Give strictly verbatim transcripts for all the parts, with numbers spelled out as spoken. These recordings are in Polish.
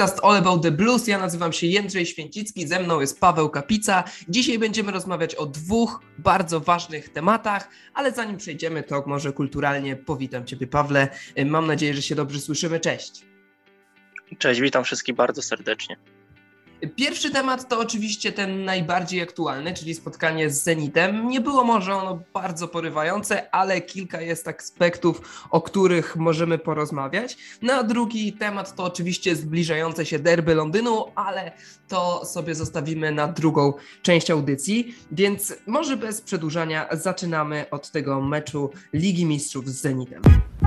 podcast All About the Blues. Ja nazywam się Jędrzej Święcicki, ze mną jest Paweł Kapica. Dzisiaj będziemy rozmawiać o dwóch bardzo ważnych tematach, ale zanim przejdziemy, to może kulturalnie powitam Ciebie, Pawle. Mam nadzieję, że się dobrze słyszymy. Cześć. Cześć, witam wszystkich bardzo serdecznie. Pierwszy temat to oczywiście ten najbardziej aktualny, czyli spotkanie z Zenitem. Nie było może ono bardzo porywające, ale kilka jest aspektów, o których możemy porozmawiać. No a drugi temat to oczywiście zbliżające się derby Londynu, ale to sobie zostawimy na drugą część audycji, więc może bez przedłużania zaczynamy od tego meczu Ligi Mistrzów z Zenitem.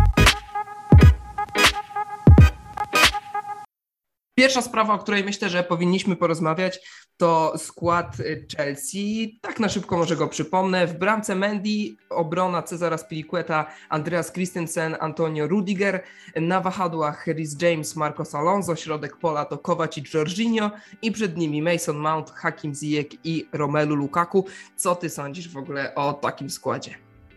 Pierwsza sprawa, o której myślę, że powinniśmy porozmawiać, to skład Chelsea. Tak na szybko może go przypomnę. W bramce Mendy, obrona Cezara Spilicueta, Andreas Christensen, Antonio Rudiger. Na wahadłach Reece James, Marcos Alonso, środek pola to Kovacic, Jorginho i przed nimi Mason Mount, Hakim Ziyech i Romelu Lukaku. Co ty sądzisz w ogóle o takim składzie?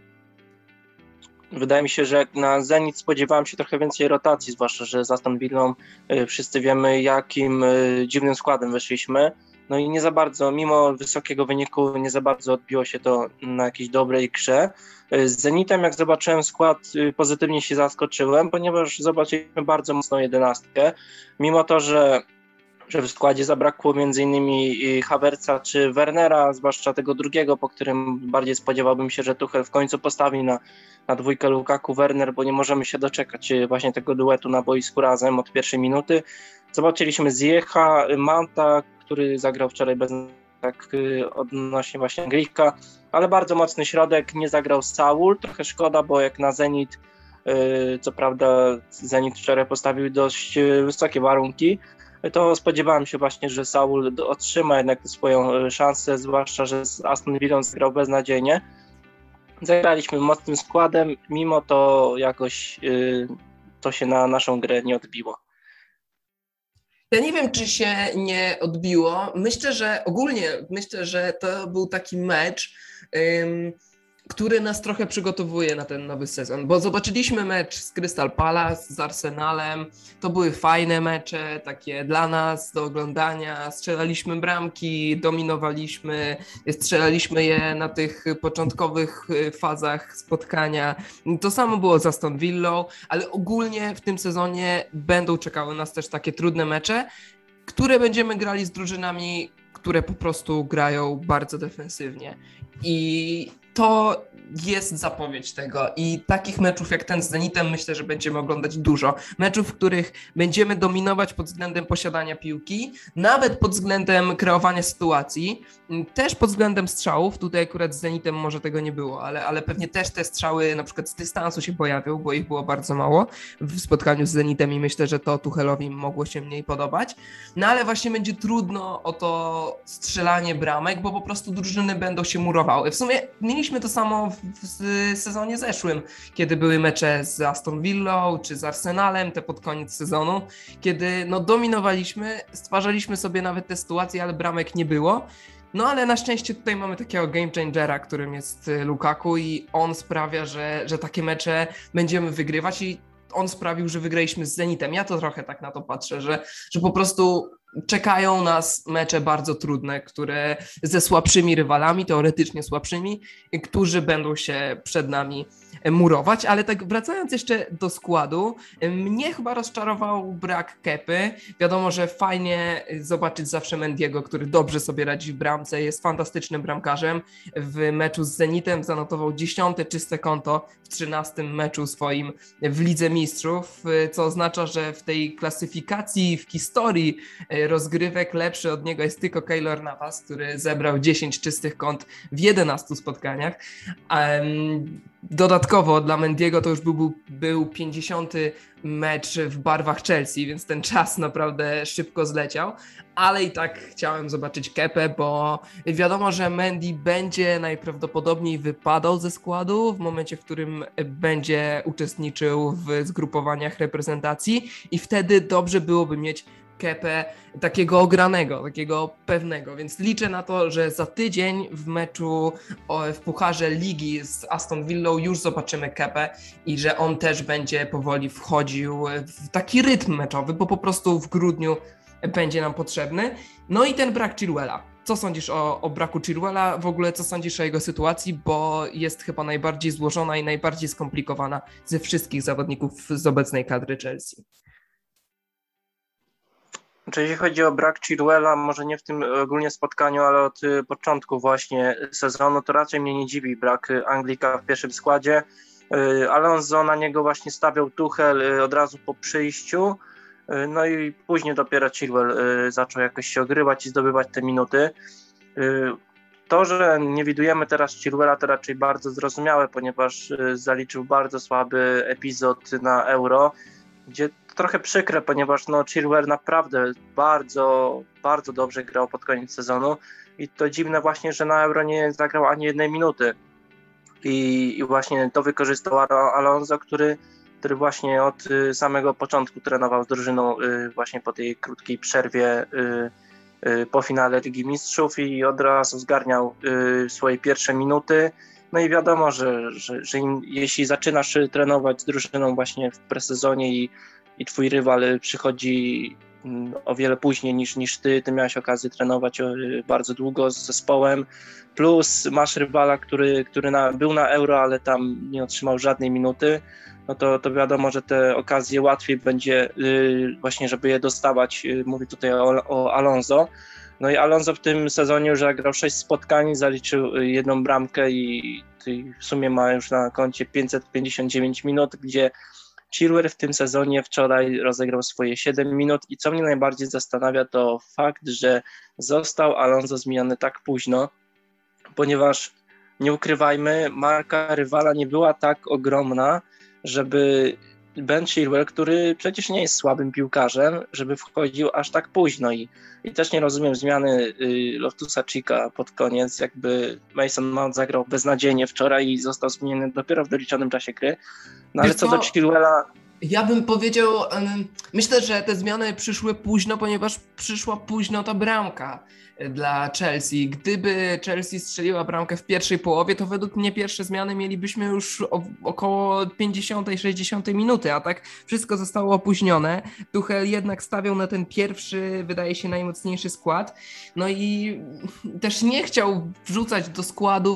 Wydaje mi się, że jak na Zenit spodziewałem się trochę więcej rotacji, zwłaszcza, że z Aston Villą y, wszyscy wiemy, jakim y, dziwnym składem wyszliśmy. No i nie za bardzo, mimo wysokiego wyniku, nie za bardzo odbiło się to na jakiejś dobrej grze. Y, z Zenitem, jak zobaczyłem skład, y, pozytywnie się zaskoczyłem, ponieważ zobaczyliśmy bardzo mocną jedenastkę. Mimo to, że że w składzie zabrakło między innymi Havertza czy Wernera, zwłaszcza tego drugiego, po którym bardziej spodziewałbym się, że Tuchel w końcu postawi na, na dwójkę Lukaku-Werner, bo nie możemy się doczekać właśnie tego duetu na boisku razem od pierwszej minuty. Zobaczyliśmy Ziyecha, Mounta, który zagrał wczoraj bez tak odnośnie właśnie Anglika, ale bardzo mocny środek, nie zagrał Saul, trochę szkoda, bo jak na Zenit, co prawda Zenit wczoraj postawił dość wysokie warunki, to spodziewałem się właśnie, że Saul otrzyma jednak swoją szansę, zwłaszcza, że z Aston Villą zagrał beznadziejnie. Zagraliśmy mocnym składem, mimo to jakoś yy, to się na naszą grę nie odbiło. Ja nie wiem, czy się nie odbiło. Myślę, że ogólnie myślę, że to był taki mecz, ym, który nas trochę przygotowuje na ten nowy sezon, bo zobaczyliśmy mecz z Crystal Palace, z Arsenalem, to były fajne mecze, takie dla nas do oglądania, strzelaliśmy bramki, dominowaliśmy, strzelaliśmy je na tych początkowych fazach spotkania, to samo było z Aston Villą, ale ogólnie w tym sezonie będą czekały nas też takie trudne mecze, które będziemy grali z drużynami, które po prostu grają bardzo defensywnie i to jest zapowiedź tego i takich meczów jak ten z Zenitem myślę, że będziemy oglądać dużo. Meczów, w których będziemy dominować pod względem posiadania piłki, nawet pod względem kreowania sytuacji, też pod względem strzałów. Tutaj akurat z Zenitem może tego nie było, ale, ale pewnie też te strzały na przykład z dystansu się pojawią, bo ich było bardzo mało w spotkaniu z Zenitem i myślę, że to Tuchelowi mogło się mniej podobać. No ale właśnie będzie trudno o to strzelanie bramek, bo po prostu drużyny będą się murowały. W sumie mieliśmy to samo w, w sezonie zeszłym, kiedy były mecze z Aston Villą czy z Arsenalem, te pod koniec sezonu, kiedy no dominowaliśmy, stwarzaliśmy sobie nawet te sytuacje, ale bramek nie było. No ale na szczęście tutaj mamy takiego game changera, którym jest Lukaku i on sprawia, że, że takie mecze będziemy wygrywać i on sprawił, że wygraliśmy z Zenitem. Ja to trochę tak na to patrzę, że, że po prostu czekają nas mecze bardzo trudne, które ze słabszymi rywalami, teoretycznie słabszymi, którzy będą się przed nami murować, ale tak wracając jeszcze do składu, mnie chyba rozczarował brak Kepy. Wiadomo, że fajnie zobaczyć zawsze Mendiego, który dobrze sobie radzi w bramce, jest fantastycznym bramkarzem. W meczu z Zenitem zanotował dziesiąte czyste konto w trzynastym meczu swoim w Lidze Mistrzów, co oznacza, że w tej klasyfikacji, w historii rozgrywek lepszy od niego jest tylko Keylor Navas, który zebrał dziesięć czystych kont w jedenastu spotkaniach. Um, dodatkowo dla Mendiego to już był, był pięćdziesiąty mecz w barwach Chelsea, więc ten czas naprawdę szybko zleciał, ale i tak chciałem zobaczyć Kepę, bo wiadomo, że Mendy będzie najprawdopodobniej wypadał ze składu w momencie, w którym będzie uczestniczył w zgrupowaniach reprezentacji i wtedy dobrze byłoby mieć Kepę takiego ogranego, takiego pewnego, więc liczę na to, że za tydzień w meczu w Pucharze Ligi z Aston Villą już zobaczymy Kepę i że on też będzie powoli wchodził w taki rytm meczowy, bo po prostu w grudniu będzie nam potrzebny. No i ten brak Chilwella. Co sądzisz o, o braku Chilwella? W ogóle co sądzisz o jego sytuacji, bo jest chyba najbardziej złożona i najbardziej skomplikowana ze wszystkich zawodników z obecnej kadry Chelsea. Czy jeśli chodzi o brak Chilwella, może nie w tym ogólnie spotkaniu, ale od początku właśnie sezonu, to raczej mnie nie dziwi brak Anglika w pierwszym składzie. Alonso na niego właśnie stawiał Tuchel od razu po przyjściu, no i później dopiero Chilwell zaczął jakoś się ogrywać i zdobywać te minuty. To, że nie widujemy teraz Chilwella, to raczej bardzo zrozumiałe, ponieważ zaliczył bardzo słaby epizod na Euro, gdzie trochę przykre, ponieważ no, Chilwell naprawdę bardzo, bardzo dobrze grał pod koniec sezonu i to dziwne właśnie, że na Euro nie zagrał ani jednej minuty. I, i właśnie to wykorzystał Alonso, który, który właśnie od samego początku trenował z drużyną właśnie po tej krótkiej przerwie po finale Ligi Mistrzów i od razu zgarniał swoje pierwsze minuty. No i wiadomo, że, że, że im, jeśli zaczynasz trenować z drużyną właśnie w presezonie i, i twój rywal przychodzi o wiele później niż, niż ty, ty miałeś okazję trenować bardzo długo z zespołem, plus masz rywala, który, który na, był na Euro, ale tam nie otrzymał żadnej minuty, no to, to wiadomo, że te okazje łatwiej będzie yy, właśnie, żeby je dostawać. Yy, mówię tutaj o, o Alonso. No i Alonso w tym sezonie już zagrał sześć spotkań, zaliczył jedną bramkę i w sumie ma już na koncie pięćset pięćdziesiąt dziewięć minut, gdzie Chilwell w tym sezonie wczoraj rozegrał swoje siedem minut i co mnie najbardziej zastanawia, to fakt, że został Alonso zmieniony tak późno, ponieważ nie ukrywajmy, marka rywala nie była tak ogromna, żeby Ben Chilwell, który przecież nie jest słabym piłkarzem, żeby wchodził aż tak późno i, i też nie rozumiem zmiany y, Loftusa-Cheeka pod koniec, jakby Mason Mount zagrał beznadziejnie wczoraj i został zmieniony dopiero w doliczonym czasie gry, no ale co do Chilwella... Ja bym powiedział, myślę, że te zmiany przyszły późno, ponieważ przyszła późno ta bramka dla Chelsea. Gdyby Chelsea strzeliła bramkę w pierwszej połowie, to według mnie pierwsze zmiany mielibyśmy już około pięćdziesiątej sześćdziesiątej minuty, a tak wszystko zostało opóźnione. Tuchel jednak stawiał na ten pierwszy, wydaje się, najmocniejszy skład. No i też nie chciał wrzucać do składu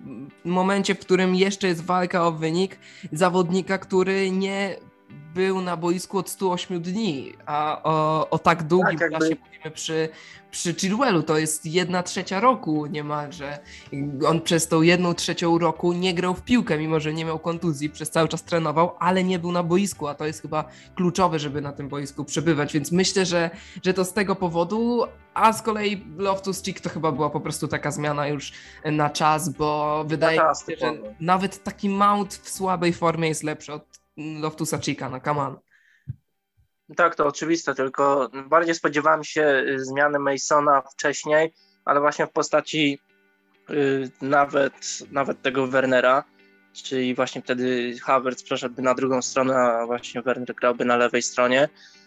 w momencie, w którym jeszcze jest walka o wynik, zawodnika, który nie był na boisku od stu ośmiu dni, a o, o tak długim tak, czasie jakby... mówimy przy, przy Chilwellu, to jest jedna trzecia roku niemalże. On przez tą jedną trzecią roku nie grał w piłkę, mimo że nie miał kontuzji, przez cały czas trenował, ale nie był na boisku, a to jest chyba kluczowe, żeby na tym boisku przebywać, więc myślę, że, że to z tego powodu, a z kolei Loftus-Cheek to chyba była po prostu taka zmiana już na czas, bo wydaje mi się, że nawet taki Mount w słabej formie jest lepszy od Loftusa-Cheeka, no come on. Tak, to oczywiste, tylko bardziej spodziewałem się zmiany Masona wcześniej, ale właśnie w postaci y, nawet, nawet tego Wernera, czyli właśnie wtedy Havertz przeszedłby na drugą stronę, a właśnie Werner grałby na lewej stronie.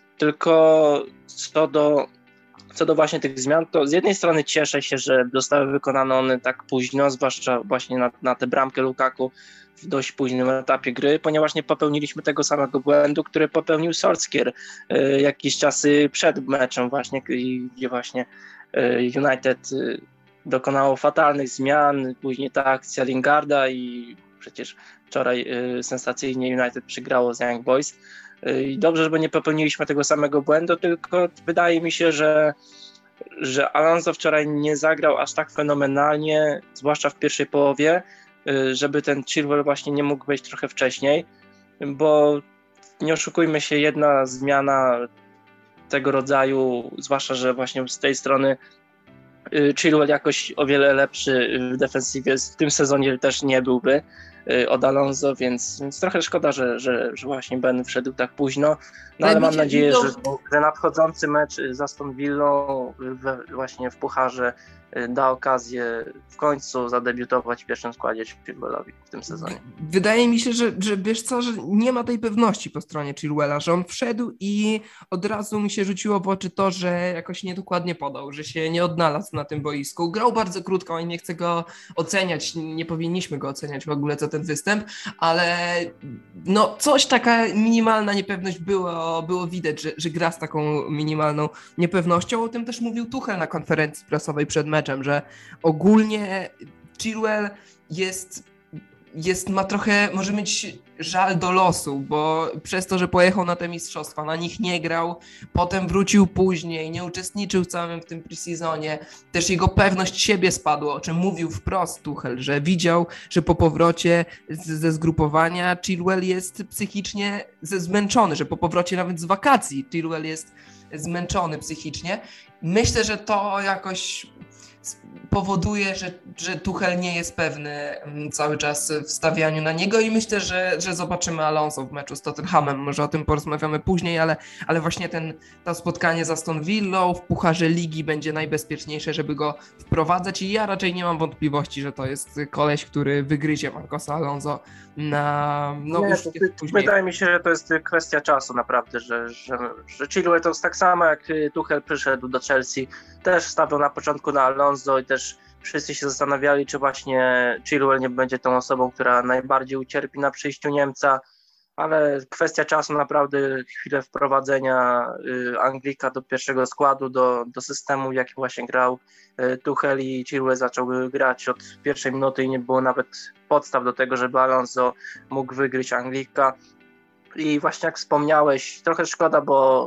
Tylko co do, co do właśnie tych zmian, to z jednej strony cieszę się, że zostały wykonane one tak późno, zwłaszcza właśnie na, na tę bramkę Lukaku w dość późnym etapie gry, ponieważ nie popełniliśmy tego samego błędu, który popełnił Solskjaer y, jakiś czas przed meczem właśnie, gdzie właśnie y, United y, dokonało fatalnych zmian, później ta akcja Lingarda i przecież wczoraj y, sensacyjnie United przegrało z Young Boys. Y, I dobrze, że nie popełniliśmy tego samego błędu, tylko wydaje mi się, że że Alonso wczoraj nie zagrał aż tak fenomenalnie, zwłaszcza w pierwszej połowie, żeby ten Chilwell właśnie nie mógł wejść trochę wcześniej, bo nie oszukujmy się, jedna zmiana tego rodzaju, zwłaszcza, że właśnie z tej strony Chilwell jakoś o wiele lepszy w defensywie w tym sezonie też nie byłby, od Alonso, więc, więc trochę szkoda, że, że, że właśnie Ben wszedł tak późno, no ale mam nadzieję, że, że nadchodzący mecz z Aston Villą właśnie w Pucharze da okazję w końcu zadebiutować w pierwszym składzie Chilwellowi w tym sezonie. Wydaje mi się, że, że wiesz co, że nie ma tej pewności po stronie Chilwella, że on wszedł i od razu mi się rzuciło w oczy to, że jakoś niedokładnie podał, że się nie odnalazł na tym boisku. Grał bardzo krótko i nie chcę go oceniać, nie powinniśmy go oceniać w ogóle za ten występ, ale no coś taka minimalna niepewność było, było widać, że, że gra z taką minimalną niepewnością. O tym też mówił Tuchel na konferencji prasowej przed meczem, że ogólnie Chilwell jest, jest, ma trochę, może mieć żal do losu, bo przez to, że pojechał na te mistrzostwa, na nich nie grał, potem wrócił później, nie uczestniczył całym w tym pre-seasonie, też jego pewność siebie spadła, o czym mówił wprost Tuchel, że widział, że po powrocie z, ze zgrupowania Chilwell jest psychicznie zmęczony, że po powrocie nawet z wakacji Chilwell jest zmęczony psychicznie. Myślę, że to jakoś powoduje, że, że Tuchel nie jest pewny cały czas w stawianiu na niego i myślę, że, że zobaczymy Alonso w meczu z Tottenhamem. Może o tym porozmawiamy później, ale, ale właśnie ten, to spotkanie z Aston Villą w Pucharze Ligi będzie najbezpieczniejsze, żeby go wprowadzać i ja raczej nie mam wątpliwości, że to jest koleś, który wygryzie Marcosa Alonso na... No nie, już to, później. Wydaje mi się, że to jest kwestia czasu naprawdę, że, że, że Chilwell to jest tak samo jak Tuchel przyszedł do Chelsea, też stawiał na początku na Alonso i też wszyscy się zastanawiali, czy właśnie Chilwell nie będzie tą osobą, która najbardziej ucierpi na przyjściu Niemca, ale kwestia czasu naprawdę, chwilę wprowadzenia Anglika do pierwszego składu, do, do systemu, w jakim właśnie grał Tuchel i Chilwell zaczął grać od pierwszej minuty i nie było nawet podstaw do tego, żeby Alonso mógł wygryźć Anglika. I właśnie jak wspomniałeś, trochę szkoda, bo,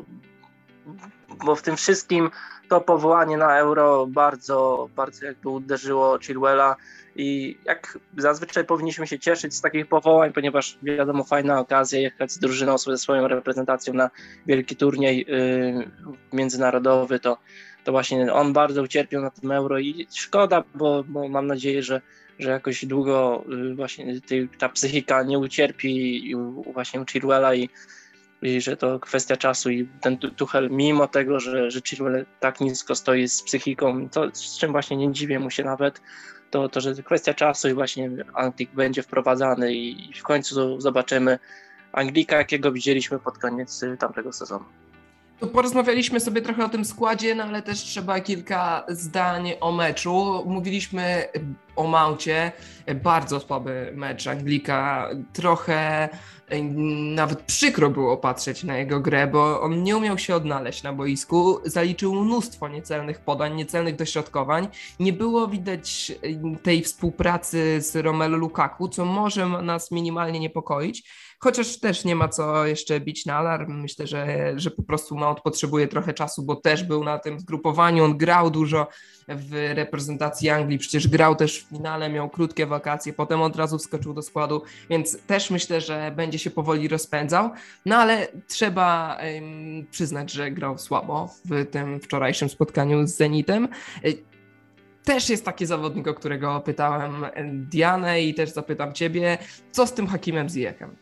bo w tym wszystkim to powołanie na Euro bardzo, bardzo jakby uderzyło Chilwella i jak zazwyczaj powinniśmy się cieszyć z takich powołań, ponieważ wiadomo, fajna okazja jechać z drużyną, ze swoją reprezentacją na wielki turniej yy, międzynarodowy, to, to właśnie on bardzo ucierpiał na tym Euro i szkoda, bo, bo mam nadzieję, że, że jakoś długo yy, właśnie tej, ta psychika nie ucierpi u, właśnie u Chilwella i i że to kwestia czasu i ten Tuchel, mimo tego, że, że Chilwell tak nisko stoi z psychiką, to z czym właśnie nie dziwię mu się nawet, to, to że to kwestia czasu i właśnie Anglik będzie wprowadzany i w końcu zobaczymy Anglika, jakiego widzieliśmy pod koniec tamtego sezonu. To porozmawialiśmy sobie trochę o tym składzie, no ale też trzeba kilka zdań o meczu. Mówiliśmy o Mouncie, bardzo słaby mecz Anglika, trochę nawet przykro było patrzeć na jego grę, bo on nie umiał się odnaleźć na boisku, zaliczył mnóstwo niecelnych podań, niecelnych dośrodkowań, nie było widać tej współpracy z Romelu Lukaku, co może nas minimalnie niepokoić, chociaż też nie ma co jeszcze bić na alarm, myślę, że, że po prostu Mount potrzebuje trochę czasu, bo też był na tym zgrupowaniu, on grał dużo w reprezentacji Anglii, przecież grał też w finale, miał krótkie wakacje, potem od razu wskoczył do składu, więc też myślę, że będzie się powoli rozpędzał, no ale trzeba um, przyznać, że grał słabo w tym wczorajszym spotkaniu z Zenitem. Też jest taki zawodnik, o którego pytałem Dianę i też zapytam ciebie, co z tym Hakimem Ziyechem?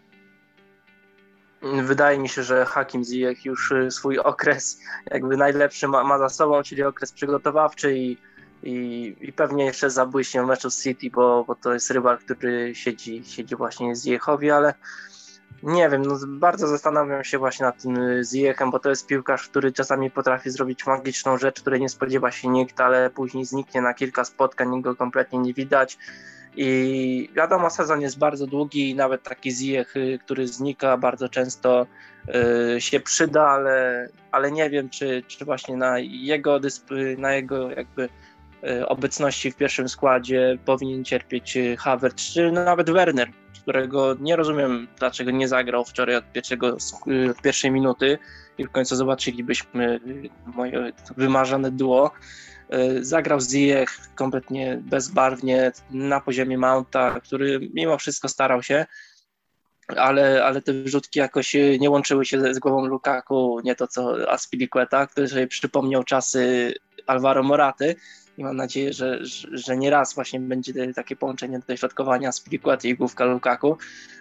Wydaje mi się, że Hakim Ziyech już swój okres jakby najlepszy ma, ma za sobą, czyli okres przygotowawczy i, i, i pewnie jeszcze zabłyśnie w meczu z City, bo, bo to jest rywal, który siedzi, siedzi właśnie Ziyechowi, ale nie wiem, no bardzo zastanawiam się właśnie nad tym Ziyechem, bo to jest piłkarz, który czasami potrafi zrobić magiczną rzecz, której nie spodziewa się nikt, ale później zniknie na kilka spotkań, go kompletnie nie widać. I wiadomo, sezon jest bardzo długi i nawet taki Ziyech, który znika, bardzo często y, się przyda, ale, ale nie wiem, czy, czy właśnie na jego, dysp- na jego jakby y, obecności w pierwszym składzie powinien cierpieć Havertz, czy nawet Werner, którego nie rozumiem, dlaczego nie zagrał wczoraj od, pierwszego, od pierwszej minuty i w końcu zobaczylibyśmy moje wymarzone duo. Zagrał Ziyech kompletnie bezbarwnie na poziomie Mounta, który mimo wszystko starał się, ale, ale te wrzutki jakoś nie łączyły się z, z głową Lukaku, nie to co Azpilicueta, który sobie przypomniał czasy Alvaro Moraty i mam nadzieję, że, że, że nie raz właśnie będzie takie połączenie do środkowania Azpilicuety i główka Lukaku.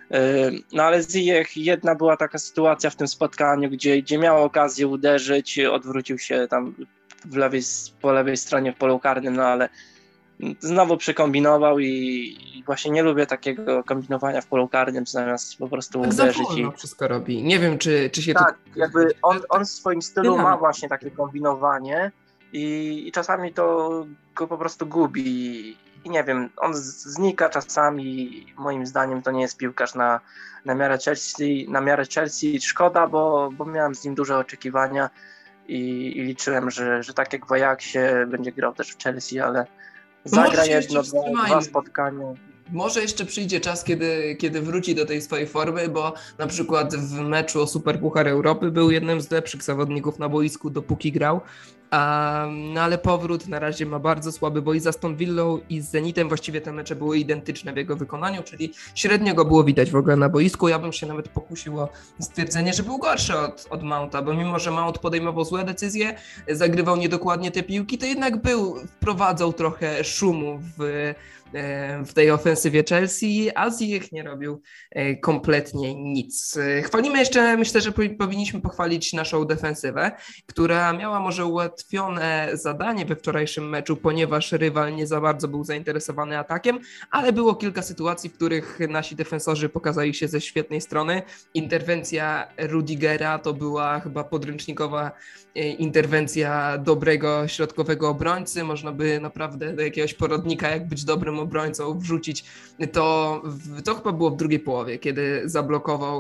No ale Ziyech, jedna była taka sytuacja w tym spotkaniu, gdzie, gdzie miał okazję uderzyć, odwrócił się tam w lewej, po lewej stronie w polu karnym, no ale znowu przekombinował i, i właśnie nie lubię takiego kombinowania w polu karnym, zamiast po prostu tak uderzyć. Tak i wszystko robi. Nie wiem, czy, czy się tak, to... jakby on, on w swoim stylu Dynamik. ma właśnie takie kombinowanie i, i czasami to go po prostu gubi. I nie wiem, on znika czasami, moim zdaniem to nie jest piłkarz na, na miarę Chelsea, na miarę Chelsea. Szkoda, bo, bo miałem z nim duże oczekiwania i, i liczyłem, że, że tak jak w Ajaxie będzie grał też w Chelsea, ale zagra jedno, dwa, dwa spotkania. Może jeszcze przyjdzie czas, kiedy, kiedy wróci do tej swojej formy, bo na przykład w meczu o Superpuchar Europy był jednym z lepszych zawodników na boisku, dopóki grał. A, no ale powrót na razie ma bardzo słaby, bo i z Aston Villą i z Zenitem właściwie te mecze były identyczne w jego wykonaniu, czyli średnio go było widać w ogóle na boisku. Ja bym się nawet pokusił o stwierdzenie, że był gorszy od, od Mounta, bo mimo, że Mount podejmował złe decyzje, zagrywał niedokładnie te piłki, to jednak był, wprowadzał trochę szumu w w tej ofensywie Chelsea, a Ziyech nie robił kompletnie nic. Chwalimy jeszcze, myślę, że powinniśmy pochwalić naszą defensywę, która miała może ułatwione zadanie we wczorajszym meczu, ponieważ rywal nie za bardzo był zainteresowany atakiem, ale było kilka sytuacji, w których nasi defensorzy pokazali się ze świetnej strony. Interwencja Rudigera to była chyba podręcznikowa interwencja dobrego środkowego obrońcy. Można by naprawdę do jakiegoś poradnika, jak być dobrym obrońcą, wrzucić. To, to chyba było w drugiej połowie, kiedy zablokował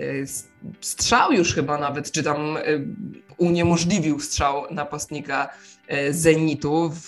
strzał już chyba nawet, czy tam uniemożliwił strzał napastnika Zenitu w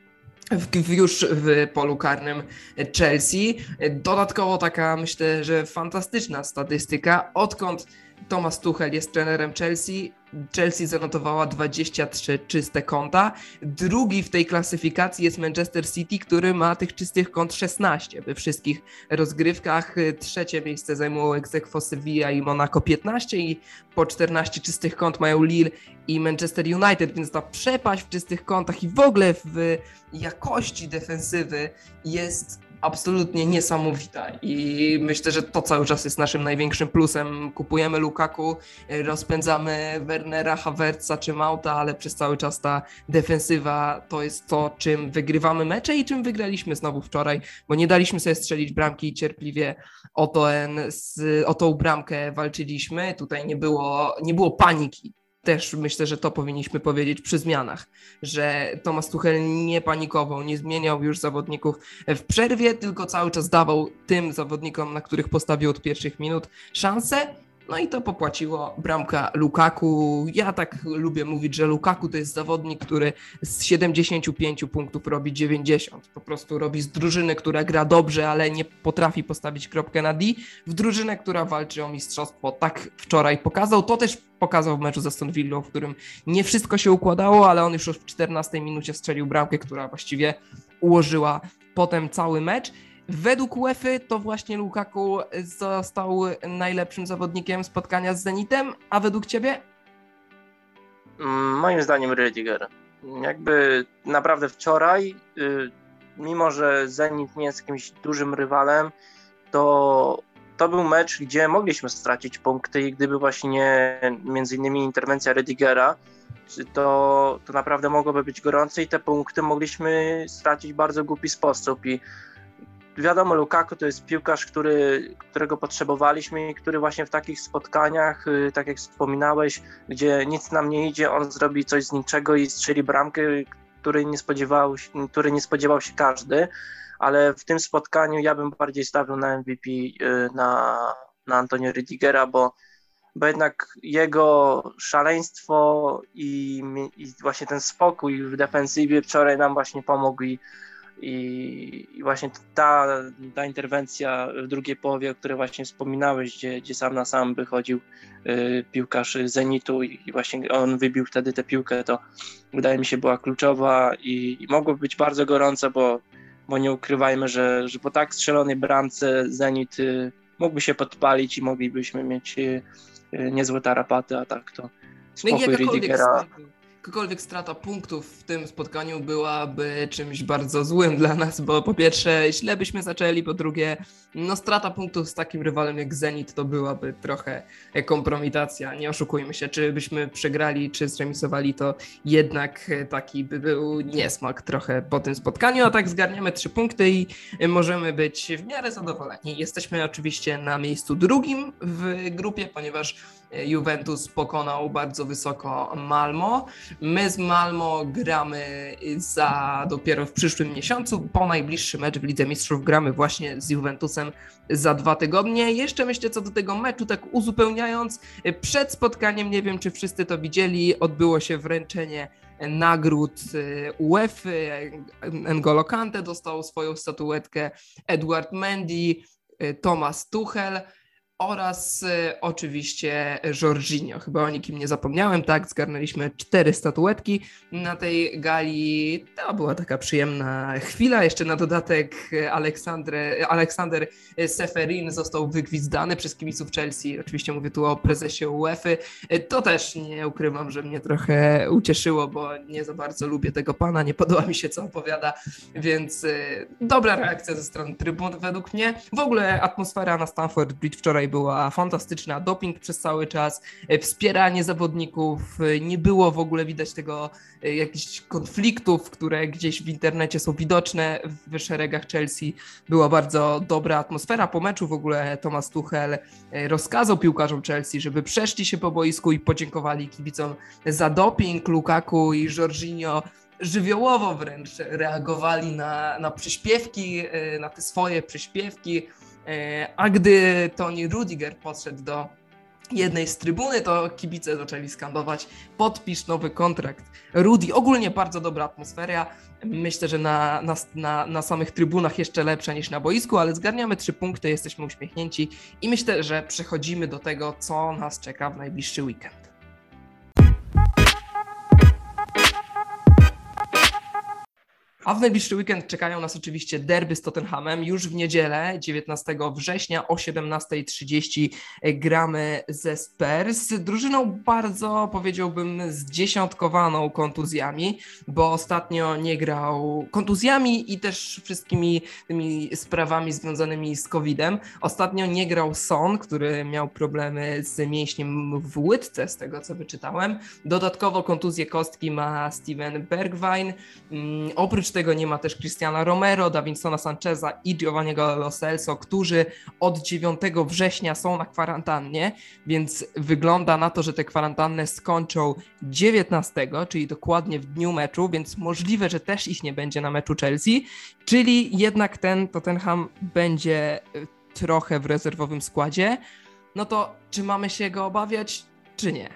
W, już w polu karnym Chelsea. Dodatkowo taka, myślę, że fantastyczna statystyka. Odkąd Thomas Tuchel jest trenerem Chelsea, Chelsea zanotowała dwadzieścia trzy czyste konta. Drugi w tej klasyfikacji jest Manchester City, który ma tych czystych kont szesnaście we wszystkich rozgrywkach. Trzecie miejsce zajmują ex aequo Sevilla i Monaco piętnaście i po czternaście czystych kont mają Lille i Manchester United, więc ta przepaść w czystych kątach i w ogóle w jakości defensywy jest absolutnie niesamowita i myślę, że to cały czas jest naszym największym plusem. Kupujemy Lukaku, rozpędzamy Wernera, Havertza czy Mounta, ale przez cały czas ta defensywa to jest to, czym wygrywamy mecze i czym wygraliśmy znowu wczoraj, bo nie daliśmy sobie strzelić bramki i cierpliwie o, to, o tą bramkę walczyliśmy. Tutaj nie było, nie było paniki. Też myślę, że to powinniśmy powiedzieć przy zmianach, że Thomas Tuchel nie panikował, nie zmieniał już zawodników w przerwie, tylko cały czas dawał tym zawodnikom, na których postawił od pierwszych minut szansę. No i to popłaciło bramka Lukaku. Ja tak lubię mówić, że Lukaku to jest zawodnik, który z siedemdziesięciu pięciu punktów robi dziewięćdziesiąt. Po prostu robi z drużyny, która gra dobrze, ale nie potrafi postawić kropkę na D, w drużynę, która walczy o mistrzostwo. Tak wczoraj pokazał. To też pokazał w meczu z Aston Villą, w którym nie wszystko się układało, ale on już w czternastej minucie strzelił bramkę, która właściwie ułożyła potem cały mecz. Według UEFA to właśnie Lukaku został najlepszym zawodnikiem spotkania z Zenitem, a według Ciebie? Moim zdaniem Rudiger. Jakby naprawdę wczoraj, mimo że Zenit nie jest jakimś dużym rywalem, to, to był mecz, gdzie mogliśmy stracić punkty i gdyby właśnie między innymi interwencja Rudigera, to, to naprawdę mogłoby być gorące i te punkty mogliśmy stracić w bardzo głupi sposób. I wiadomo, Lukaku to jest piłkarz, który, którego potrzebowaliśmy i który właśnie w takich spotkaniach, tak jak wspominałeś, gdzie nic nam nie idzie, on zrobi coś z niczego i strzeli bramkę, której nie spodziewał, której nie spodziewał się każdy, ale w tym spotkaniu ja bym bardziej stawiał na M V P na, na Antonio Rudigera, bo, bo jednak jego szaleństwo i, i właśnie ten spokój w defensywie wczoraj nam właśnie pomógł i I, I właśnie ta, ta interwencja w drugiej połowie, o której właśnie wspominałeś, gdzie, gdzie sam na sam wychodził y, piłkarz Zenitu i, i właśnie on wybił wtedy tę piłkę, to wydaje mi się była kluczowa i, i mogło być bardzo gorąco, bo, bo nie ukrywajmy, że, że po tak strzelonej bramce Zenit y, mógłby się podpalić i moglibyśmy mieć niezłe tarapaty, a tak to spokój Rüdigera. Jakakolwiek strata punktów w tym spotkaniu byłaby czymś bardzo złym dla nas, bo po pierwsze źle byśmy zaczęli, po drugie no strata punktów z takim rywalem jak Zenit to byłaby trochę kompromitacja, nie oszukujmy się, czy byśmy przegrali, czy zremisowali, to jednak taki by był niesmak trochę po tym spotkaniu, a tak zgarniamy trzy punkty i możemy być w miarę zadowoleni. Jesteśmy oczywiście na miejscu drugim w grupie, ponieważ Juventus pokonał bardzo wysoko Malmo. My z Malmo gramy za dopiero w przyszłym miesiącu. Po najbliższy mecz w Lidze Mistrzów gramy właśnie z Juventusem za dwa tygodnie. Jeszcze myślę co do tego meczu, tak uzupełniając, przed spotkaniem, nie wiem czy wszyscy to widzieli, odbyło się wręczenie nagród UEFA. N'Golo Kante dostał swoją statuetkę, Edouard Mendy, Thomas Tuchel oraz y, oczywiście Jorginho. Chyba o nikim nie zapomniałem, tak? Zgarnęliśmy cztery statuetki na tej gali. To była taka przyjemna chwila. Jeszcze na dodatek Aleksander Seferin został wygwizdany przez kibiców Chelsea. Oczywiście mówię tu o prezesie UEFA. To też nie ukrywam, że mnie trochę ucieszyło, bo nie za bardzo lubię tego pana, nie podoba mi się co opowiada, więc y, dobra reakcja ze strony trybun według mnie. W ogóle atmosfera na Stamford Bridge wczoraj była fantastyczna, doping przez cały czas, wspieranie zawodników, nie było w ogóle widać tego jakichś konfliktów, które gdzieś w internecie są widoczne w szeregach Chelsea. Była bardzo dobra atmosfera po meczu, w ogóle Thomas Tuchel rozkazał piłkarzom Chelsea, żeby przeszli się po boisku i podziękowali kibicom za doping. Lukaku i Jorginho żywiołowo wręcz reagowali na, na przyśpiewki, na te swoje przyśpiewki. A gdy Toni Rüdiger podszedł do jednej z trybuny, to kibice zaczęli skandować: podpisz nowy kontrakt, Rudi. Ogólnie bardzo dobra atmosfera. Myślę, że na, na, na, na samych trybunach jeszcze lepsza niż na boisku, ale zgarniamy trzy punkty, jesteśmy uśmiechnięci i myślę, że przechodzimy do tego, co nas czeka w najbliższy weekend. A w najbliższy weekend czekają nas oczywiście derby z Tottenhamem. Już w niedzielę, dziewiętnastego września o siedemnasta trzydzieści gramy ze Spurs. Drużyną bardzo, powiedziałbym, zdziesiątkowaną kontuzjami, bo ostatnio nie grał kontuzjami i też wszystkimi tymi sprawami związanymi z kowidem. Ostatnio nie grał Son, który miał problemy z mięśniem w łydce, z tego co wyczytałem. Dodatkowo kontuzję kostki ma Steven Bergwijn. Hmm, oprócz tego nie ma też Cristiana Romero, Davinsona Sancheza i Giovanniego Lo Celso, którzy od dziewiątego września są na kwarantannie, więc wygląda na to, że te kwarantanny skończą dziewiętnastego, czyli dokładnie w dniu meczu, więc możliwe, że też ich nie będzie na meczu Chelsea, czyli jednak ten Tottenham będzie trochę w rezerwowym składzie. No to czy mamy się go obawiać, czy nie?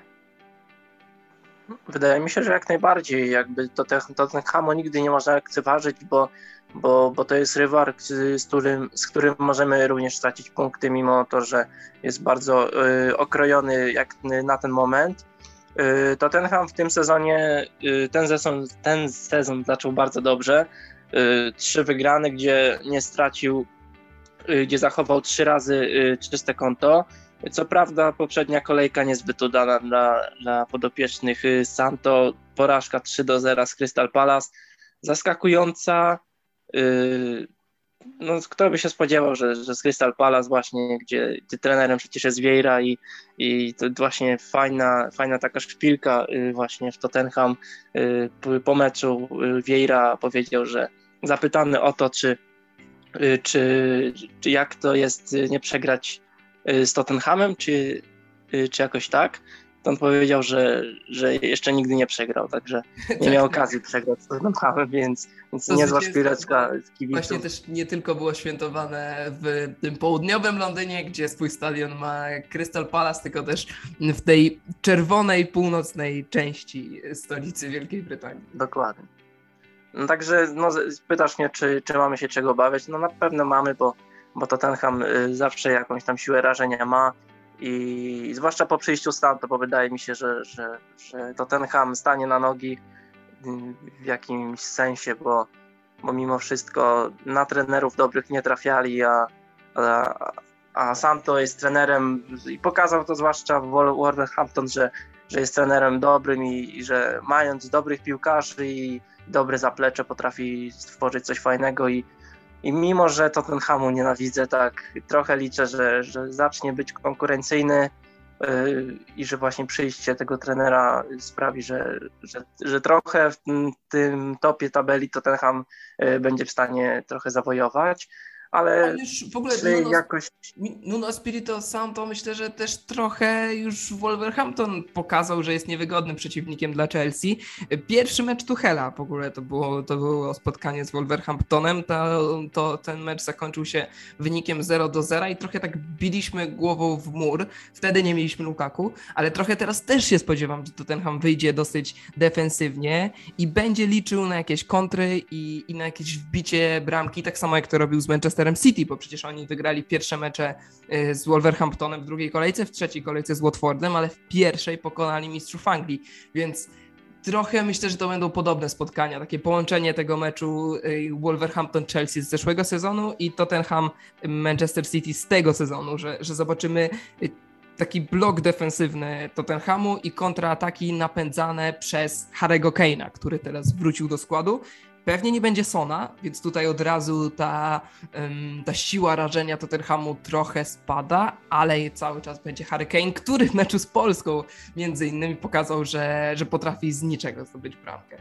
Wydaje mi się, że jak najbardziej. Jakby to Tottenhamu nigdy nie można lekceważyć, bo, bo, bo to jest rywal, z którym, z którym możemy również stracić punkty, mimo to, że jest bardzo y, okrojony jak na ten moment. Y, Tottenham w tym sezonie, y, ten, sezon, ten sezon zaczął bardzo dobrze. Y, trzy wygrane, gdzie nie stracił, y, gdzie zachował trzy razy y, czyste konto. Co prawda poprzednia kolejka niezbyt udana dla, dla podopiecznych Santo, porażka trzy do zera z Crystal Palace, zaskakująca, yy, no kto by się spodziewał, że, że z Crystal Palace właśnie, gdzie, gdzie trenerem przecież jest Vieira i, i to właśnie fajna, fajna taka szpilka yy, właśnie w Tottenham, yy, po meczu yy, Vieira powiedział, że zapytany o to, czy, yy, czy, czy jak to jest nie przegrać z Tottenhamem, czy, czy jakoś tak, to on powiedział, że, że jeszcze nigdy nie przegrał, także nie miał okazji przegrać z Tottenhamem, więc, więc niezła szpileczka z kibiców. Właśnie też nie tylko było świętowane w tym południowym Londynie, gdzie swój stadion ma Crystal Palace, tylko też w tej czerwonej, północnej części stolicy Wielkiej Brytanii. Dokładnie. No także no, pytasz mnie, czy, czy mamy się czego obawiać? No na pewno mamy, bo bo Tottenham zawsze jakąś tam siłę rażenia ma i zwłaszcza po przyjściu Santo, bo wydaje mi się, że, że, że Tottenham stanie na nogi w jakimś sensie, bo, bo mimo wszystko na trenerów dobrych nie trafiali, a, a, a sam to jest trenerem i pokazał to zwłaszcza w Wolverhampton, że, że jest trenerem dobrym i, i że mając dobrych piłkarzy i dobre zaplecze potrafi stworzyć coś fajnego i, i mimo, że Tottenhamu nienawidzę, tak trochę liczę, że, że zacznie być konkurencyjny yy, i że właśnie przyjście tego trenera sprawi, że, że, że trochę w tym, tym topie tabeli Tottenham yy, będzie w stanie trochę zawojować. Ale już w ogóle czy Nuno, jakoś... Nuno Espirito Santo myślę, że też trochę już Wolverhampton pokazał, że jest niewygodnym przeciwnikiem dla Chelsea. Pierwszy mecz Tuchela w ogóle to było, to było spotkanie z Wolverhamptonem, to, to ten mecz zakończył się wynikiem zero do zera i trochę tak biliśmy głową w mur. Wtedy nie mieliśmy Lukaku, ale trochę teraz też się spodziewam, że Tottenham wyjdzie dosyć defensywnie i będzie liczył na jakieś kontry i, i na jakieś wbicie bramki, tak samo jak to robił z Manchester City, bo przecież oni wygrali pierwsze mecze z Wolverhamptonem w drugiej kolejce, w trzeciej kolejce z Watfordem, ale w pierwszej pokonali mistrzów Anglii, więc trochę myślę, że to będą podobne spotkania, takie połączenie tego meczu Wolverhampton-Chelsea z zeszłego sezonu i Tottenham-Manchester City z tego sezonu, że, że zobaczymy taki blok defensywny Tottenhamu i kontraataki napędzane przez Harry'ego Kane'a, który teraz wrócił do składu. Pewnie nie będzie Sona, więc tutaj od razu ta, um, ta siła rażenia Tottenhamu trochę spada, ale cały czas będzie Harry Kane, który w meczu z Polską między innymi pokazał, że, że potrafi z niczego zdobyć bramkę.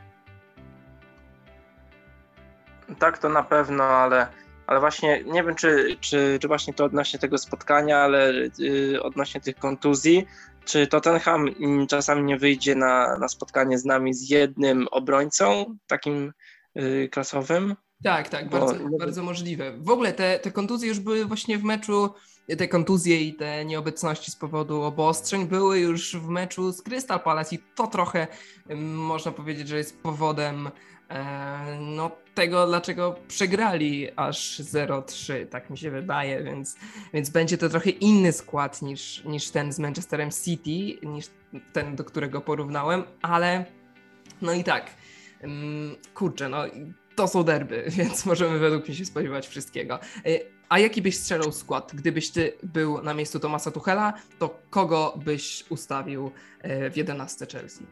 Tak, to na pewno, ale, ale właśnie nie wiem, czy, czy, czy właśnie to odnośnie tego spotkania, ale yy, odnośnie tych kontuzji, czy Tottenham czasami nie wyjdzie na, na spotkanie z nami z jednym obrońcą, takim klasowym? Tak, tak, bardzo, Bo... bardzo możliwe. W ogóle te, te kontuzje już były właśnie w meczu, te kontuzje i te nieobecności z powodu obostrzeń były już w meczu z Crystal Palace i to trochę można powiedzieć, że jest powodem e, no, tego, dlaczego przegrali aż zero trzy, tak mi się wydaje, więc, więc będzie to trochę inny skład niż, niż ten z Manchesterem City, niż ten, do którego porównałem, ale no i tak, kurczę, no to są derby, więc możemy według mnie się spodziewać wszystkiego. A jaki byś strzelał skład? Gdybyś ty był na miejscu Thomasa Tuchela, to kogo byś ustawił w jedenastce Chelsea?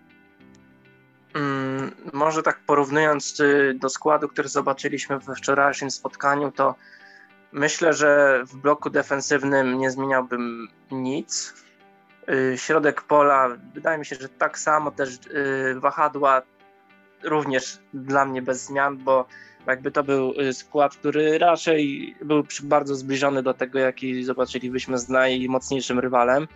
Hmm, może tak porównując do składu, który zobaczyliśmy we wczorajszym spotkaniu, to myślę, że w bloku defensywnym nie zmieniałbym nic. Środek pola, wydaje mi się, że tak samo też wahadła również dla mnie bez zmian, bo jakby to był skład, który raczej był bardzo zbliżony do tego, jaki zobaczylibyśmy z najmocniejszym rywalem.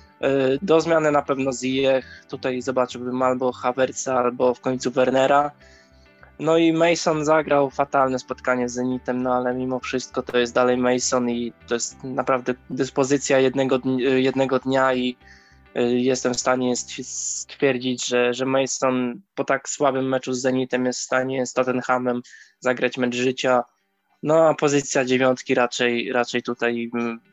Do zmiany na pewno Ziyech, tutaj zobaczyłbym albo Havertza, albo w końcu Wernera. No i Mason zagrał fatalne spotkanie z Zenitem, no ale mimo wszystko to jest dalej Mason i to jest naprawdę dyspozycja jednego, jednego dnia i jestem w stanie stwierdzić, że, że Mason po tak słabym meczu z Zenitem jest w stanie z Tottenhamem zagrać mecz życia. No a pozycja dziewiątki raczej, raczej tutaj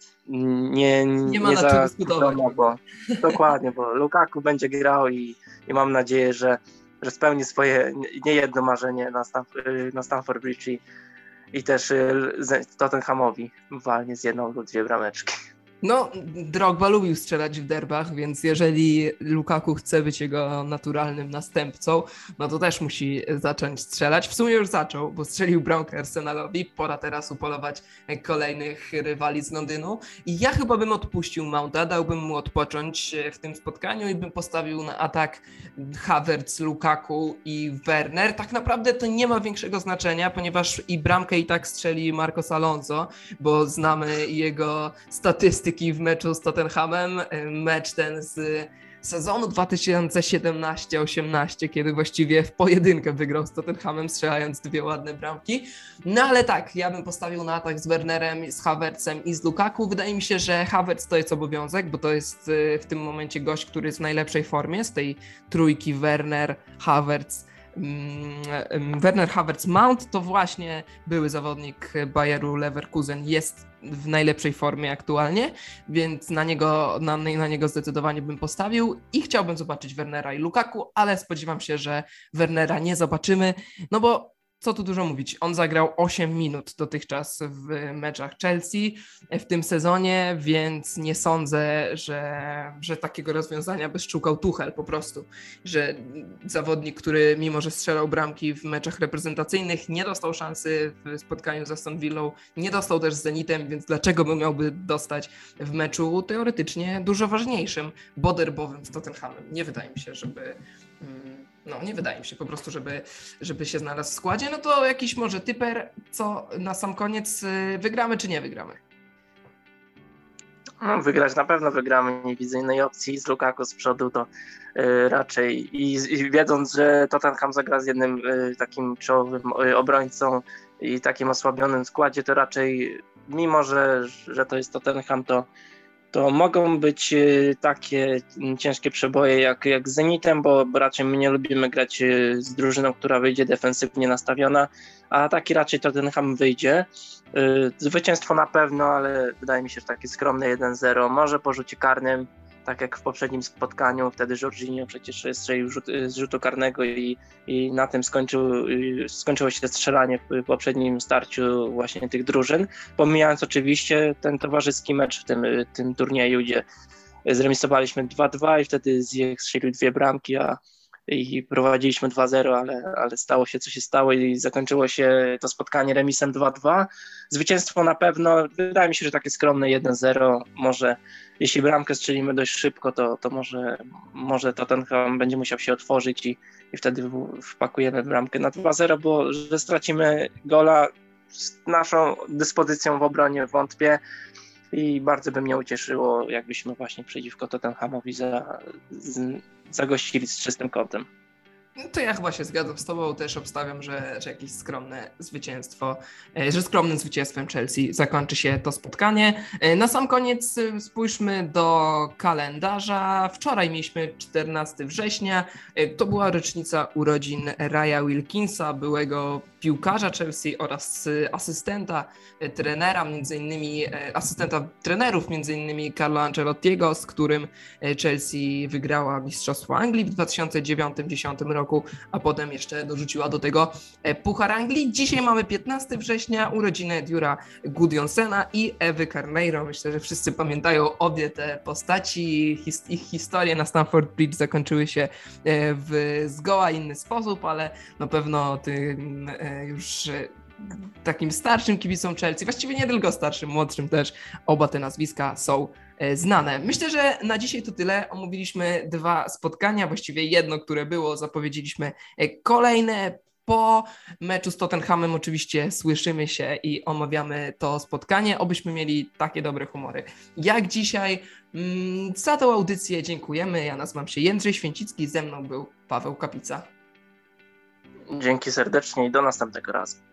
nie, nie ma nie na czym dyskutować. Bo, dokładnie, bo Lukaku będzie grał i, i mam nadzieję, że, że spełni swoje niejedno marzenie na, Stamford, na Stamford Bridge i, i też Tottenhamowi walnie z jedną lub dwie brameczki. No, Drogba lubił strzelać w derbach, więc jeżeli Lukaku chce być jego naturalnym następcą, no to też musi zacząć strzelać. W sumie już zaczął, bo strzelił bramkę Arsenalowi. Pora teraz upolować kolejnych rywali z Londynu. I ja chyba bym odpuścił Mounta, dałbym mu odpocząć w tym spotkaniu i bym postawił na atak Havertz, Lukaku i Werner. Tak naprawdę to nie ma większego znaczenia, ponieważ i bramkę i tak strzeli Marcos Alonso, bo znamy jego statystyki w meczu z Tottenhamem, mecz ten z sezonu dwa tysiące siedemnaście osiemnaście, kiedy właściwie w pojedynkę wygrał z Tottenhamem, strzelając dwie ładne bramki. No ale tak, ja bym postawił na atak z Wernerem, z Havertzem i z Lukaku. Wydaje mi się, że Havertz to jest obowiązek, bo to jest w tym momencie gość, który jest w najlepszej formie z tej trójki Werner, Havertz, Werner, Havertz, Mount. To właśnie były zawodnik Bayeru Leverkusen, jest w najlepszej formie aktualnie, więc na niego, na, na niego zdecydowanie bym postawił i chciałbym zobaczyć Wernera i Lukaku, ale spodziewam się, że Wernera nie zobaczymy, no bo co tu dużo mówić, on zagrał osiem minut dotychczas w meczach Chelsea w tym sezonie, więc nie sądzę, że, że takiego rozwiązania by szczukał Tuchel po prostu, że zawodnik, który mimo, że strzelał bramki w meczach reprezentacyjnych, nie dostał szansy w spotkaniu z Aston Villą, nie dostał też z Zenitem, więc dlaczego by miałby dostać w meczu teoretycznie dużo ważniejszym, bo derbowym z Tottenhamem? Nie wydaje mi się, żeby... No, nie wydaje mi się po prostu, żeby, żeby się znalazł w składzie. No to jakiś może typer, co na sam koniec, wygramy czy nie wygramy? No, wygrać na pewno wygramy, nie widzę innej opcji. Z Lukaku z przodu to y, raczej i, i wiedząc, że Tottenham zagra z jednym y, takim czołowym y, obrońcą i takim osłabionym składzie, to raczej mimo, że, że to jest Tottenham, to to mogą być takie ciężkie przeboje jak, jak z Zenitem, bo raczej my nie lubimy grać z drużyną, która wyjdzie defensywnie nastawiona, a taki raczej Tottenham wyjdzie. Zwycięstwo na pewno, ale wydaje mi się, że taki skromny jeden zero, może po rzucie karnym, tak jak w poprzednim spotkaniu, wtedy Jorginho przecież strzelił rzut, z rzutu karnego i, i na tym skończył, skończyło się strzelanie w poprzednim starciu właśnie tych drużyn, pomijając oczywiście ten towarzyski mecz w tym, tym turnieju, gdzie zremisowaliśmy dwa dwa i wtedy Ziyech strzelił dwie bramki, a i prowadziliśmy dwa zero, ale, ale stało się co się stało i zakończyło się to spotkanie remisem dwa dwa. Zwycięstwo na pewno, wydaje mi się, że takie skromne jeden zero, może jeśli bramkę strzelimy dość szybko, to, to może, może Tottenham będzie musiał się otworzyć i, i wtedy wpakujemy bramkę na dwa zero, bo że stracimy gola z naszą dyspozycją w obronie wątpię. I bardzo by mnie ucieszyło, jakbyśmy właśnie przeciwko Tottenhamowi za, z, zagościli z czystym kątem. No to ja chyba się zgadzam z tobą, też obstawiam, że, że jakieś skromne zwycięstwo, że skromnym zwycięstwem Chelsea zakończy się to spotkanie. Na sam koniec spójrzmy do kalendarza. Wczoraj mieliśmy czternastego września, to była rocznica urodzin Raya Wilkinsa, byłego piłkarza Chelsea oraz asystenta trenera, między innymi asystenta trenerów, między innymi Carlo Ancelottiego, z którym Chelsea wygrała Mistrzostwo Anglii w dwa tysiące dziewiątym do dwa tysiące dziesiątym roku, a potem jeszcze dorzuciła do tego Puchar Anglii. Dzisiaj mamy piętnastego września, urodziny Dura Gudjonssena i Ewy Carneiro. Myślę, że wszyscy pamiętają obie te postaci. His, ich historie na Stamford Bridge zakończyły się w zgoła inny sposób, ale na pewno tym już takim starszym kibicom Chelsea, właściwie nie tylko starszym, młodszym też, oba te nazwiska są znane. Myślę, że na dzisiaj to tyle. Omówiliśmy dwa spotkania, właściwie jedno, które było, zapowiedzieliśmy kolejne. Po meczu z Tottenhamem oczywiście słyszymy się i omawiamy to spotkanie, obyśmy mieli takie dobre humory jak dzisiaj. Za tą audycję dziękujemy. Ja nazywam się Jędrzej Święcicki, ze mną był Paweł Kapica. Dzięki serdecznie i do następnego razu.